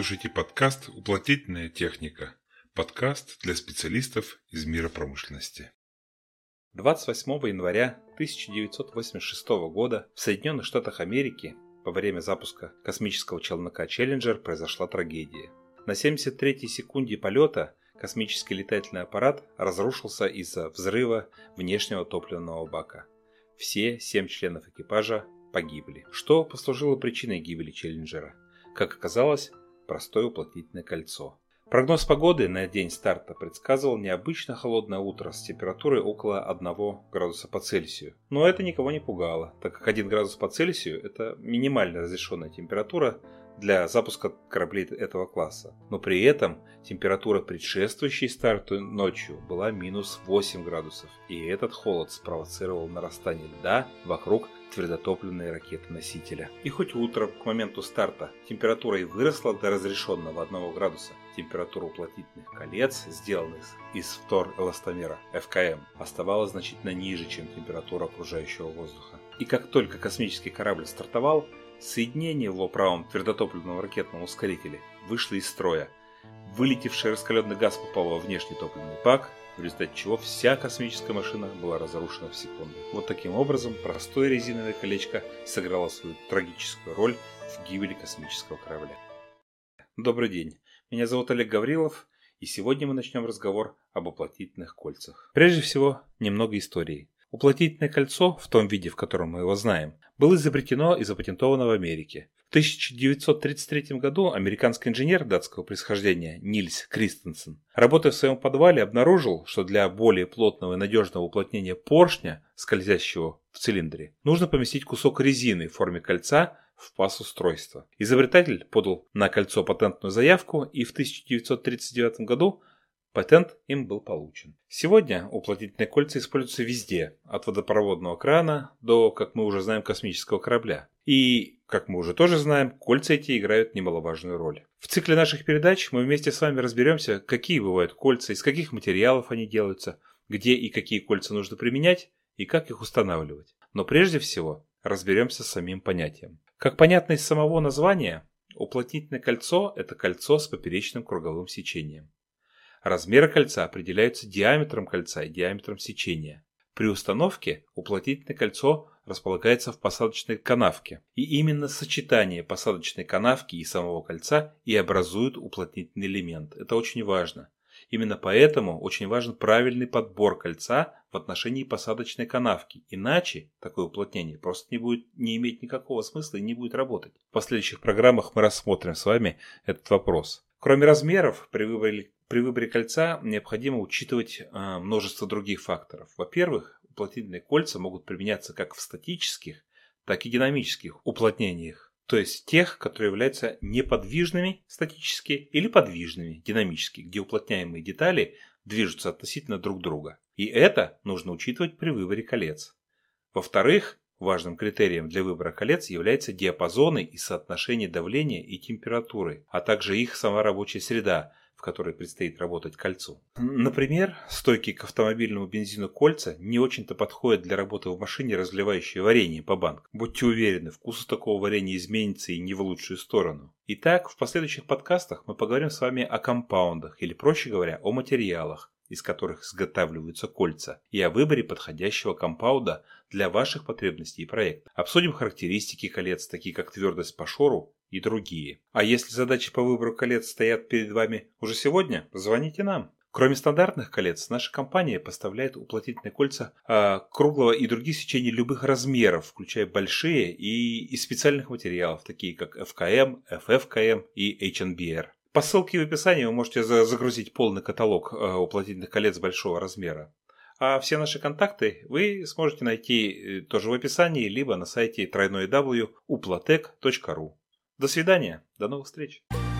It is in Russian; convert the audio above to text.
слушаете подкаст «Уплотнительная техника». Подкаст для специалистов из мира промышленности. 28 января 1986 года в Соединенных Штатах Америки во время запуска космического челнока «Челленджер» произошла трагедия. На 73-й секунде полета космический летательный аппарат разрушился из-за взрыва внешнего топливного бака. Все 7 членов экипажа погибли. Что послужило причиной гибели «Челленджера»? Как оказалось, простое уплотнительное кольцо. Прогноз погоды на день старта предсказывал необычно холодное утро с температурой около 1 градуса по Цельсию. Но это никого не пугало, так как 1 градус по Цельсию – это минимально разрешенная температура для запуска кораблей этого класса. Но при этом температура, предшествующей старту ночью, была минус 8 градусов. И этот холод спровоцировал нарастание льда вокруг твердотопливной ракеты-носителя. И хоть утром, к моменту старта, температура и выросла до разрешенного 1 градуса, температура уплотнительных колец, сделанных из фтор-эластомера ФКМ, оставалась значительно ниже, чем температура окружающего воздуха. И как только космический корабль стартовал, соединение в его правом твердотопливном ракетном ускорителе вышло из строя. Вылетевший раскаленный газ попал во внешний топливный бак, в результате чего вся космическая машина была разрушена в секунду. Вот таким образом простое резиновое колечко сыграло свою трагическую роль в гибели космического корабля. Добрый день, меня зовут Олег Гаврилов, и сегодня мы начнем разговор об уплотнительных кольцах. Прежде всего, немного истории. Уплотнительное кольцо, в том виде, в котором мы его знаем, было изобретено и запатентовано в Америке. В 1933 году американский инженер датского происхождения Нильс Кристенсен, работая в своем подвале, обнаружил, что для более плотного и надежного уплотнения поршня, скользящего в цилиндре, нужно поместить кусок резины в форме кольца в паз устройства. Изобретатель подал на кольцо патентную заявку, и в 1939 году патент им был получен. Сегодня уплотнительные кольца используются везде, от водопроводного крана до, как мы уже знаем, космического корабля. И, как мы уже тоже знаем, кольца эти играют немаловажную роль. В цикле наших передач мы вместе с вами разберемся, какие бывают кольца, из каких материалов они делаются, где и какие кольца нужно применять и как их устанавливать. Но прежде всего разберемся с самим понятием. Как понятно из самого названия, уплотнительное кольцо – это кольцо с поперечным круговым сечением. Размеры кольца определяются диаметром кольца и диаметром сечения. При установке уплотнительное кольцо располагается в посадочной канавке. И именно сочетание посадочной канавки и самого кольца и образует уплотнительный элемент. Это очень важно. Именно поэтому очень важен правильный подбор кольца в отношении посадочной канавки. Иначе такое уплотнение просто не имеет никакого смысла и не будет работать. В последующих программах мы рассмотрим с вами этот вопрос. Кроме размеров, при выборе кольца необходимо учитывать множество других факторов. Во-первых, уплотнительные кольца могут применяться как в статических, так и динамических уплотнениях. То есть тех, которые являются неподвижными статически или подвижными динамически, где уплотняемые детали движутся относительно друг друга. И это нужно учитывать при выборе колец. Во-вторых, важным критерием для выбора колец являются диапазоны и соотношение давления и температуры, а также их сама рабочая среда, в которой предстоит работать кольцу. Например, стойкие к автомобильному бензину кольца не очень-то подходят для работы в машине, разливающей варенье по банкам. Будьте уверены, вкус такого варенья изменится и не в лучшую сторону. Итак, в последующих подкастах мы поговорим с вами о компаундах, или проще говоря, о материалах, из которых изготавливаются кольца, и о выборе подходящего компаунда для ваших потребностей и проекта. Обсудим характеристики колец, такие как твердость по шору и другие. А если задачи по выбору колец стоят перед вами уже сегодня, звоните нам. Кроме стандартных колец, наша компания поставляет уплотнительные кольца круглого и других сечений любых размеров, включая большие и из специальных материалов, такие как ФКМ, ФФКМ и HNBR. По ссылке в описании вы можете загрузить полный каталог уплотнительных колец большого размера. А все наши контакты вы сможете найти тоже в описании, либо на сайте www.uplotec.ru. До свидания, до новых встреч!